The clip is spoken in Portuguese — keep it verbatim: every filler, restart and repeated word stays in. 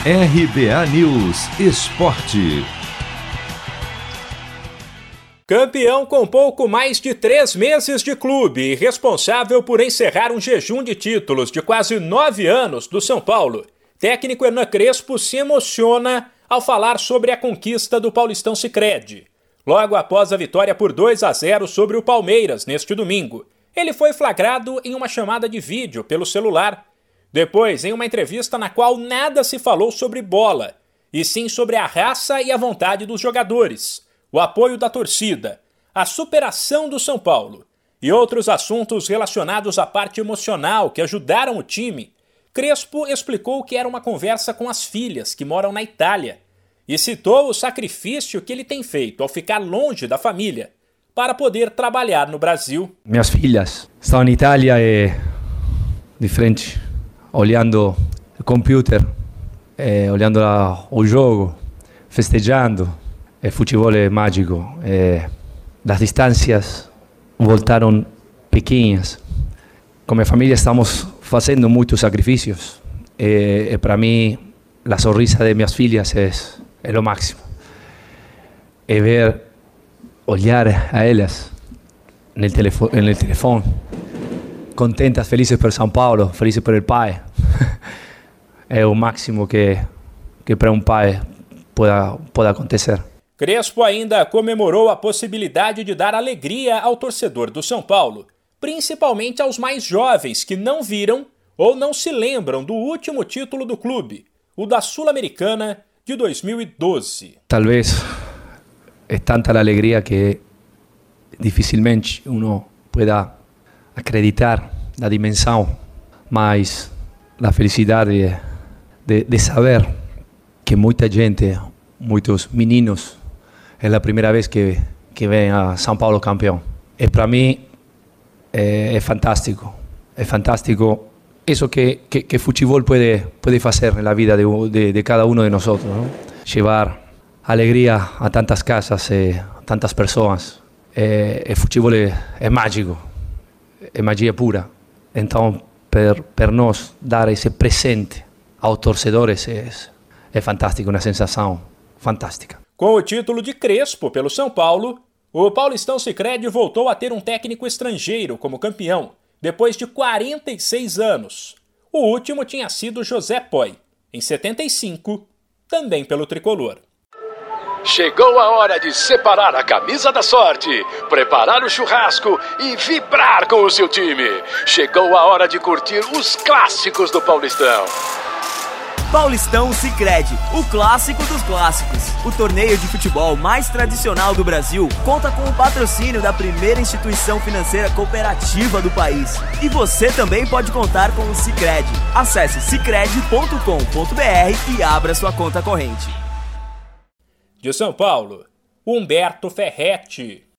R B A News Esporte. Campeão com pouco mais de três meses de clube e responsável por encerrar um jejum de títulos de quase nove anos do São Paulo, técnico Hernan Crespo se emociona ao falar sobre a conquista do Paulistão Sicredi. Logo após a vitória por dois a zero sobre o Palmeiras neste domingo, ele foi flagrado em uma chamada de vídeo pelo celular. Depois, em uma entrevista na qual nada se falou sobre bola, e sim sobre a raça e a vontade dos jogadores, o apoio da torcida, a superação do São Paulo e outros assuntos relacionados à parte emocional que ajudaram o time, Crespo explicou que era uma conversa com as filhas que moram na Itália e citou o sacrifício que ele tem feito ao ficar longe da família para poder trabalhar no Brasil. Minhas filhas estão na Itália e de frente, olhando o computer, eh, olhando o jogo, festejando. O futebol é mágico. Eh, as distâncias voltaram pequenas. Com minha família estamos fazendo muitos sacrifícios. E, e para mim, a sonrisa de minhas filhas é, é o máximo. E ver, olhar a elas no telefone, no telefone, contentas, felizes por São Paulo, felizes por el pai, é o máximo que, que para um pai pueda, pueda acontecer. Crespo ainda comemorou a possibilidade de dar alegria ao torcedor do São Paulo, principalmente aos mais jovens que não viram ou não se lembram do último título do clube, o da Sul-Americana de dois mil e doze. Talvez é tanta a alegria que dificilmente uno pueda acreditar na dimensão, mas a felicidade de, de saber que muita gente, muitos meninos, é a primeira vez que, que vem a São Paulo campeão. E para mim é, é fantástico, é fantástico isso que, que, que futebol pode, pode fazer na vida de, de, de cada um de nós, ¿no? Levar alegria a tantas casas, e a tantas pessoas. É, é futebol é, é mágico, é magia pura. Então, per, per nós dar esse presente aos torcedores é, é fantástico, uma sensação fantástica. Com o título de Crespo pelo São Paulo, o Paulistão Sicredi voltou a ter um técnico estrangeiro como campeão, depois de quarenta e seis anos. O último tinha sido José Poy, em setenta e cinco, também pelo tricolor. Chegou a hora de separar a camisa da sorte, preparar o churrasco e vibrar com o seu time. Chegou a hora de curtir os clássicos do Paulistão. Paulistão Sicredi, o clássico dos clássicos. O torneio de futebol mais tradicional do Brasil conta com o patrocínio da primeira instituição financeira cooperativa do país. E você também pode contar com o Sicredi. Acesse sicredi ponto com ponto br e abra sua conta corrente. De São Paulo, Humberto Ferretti.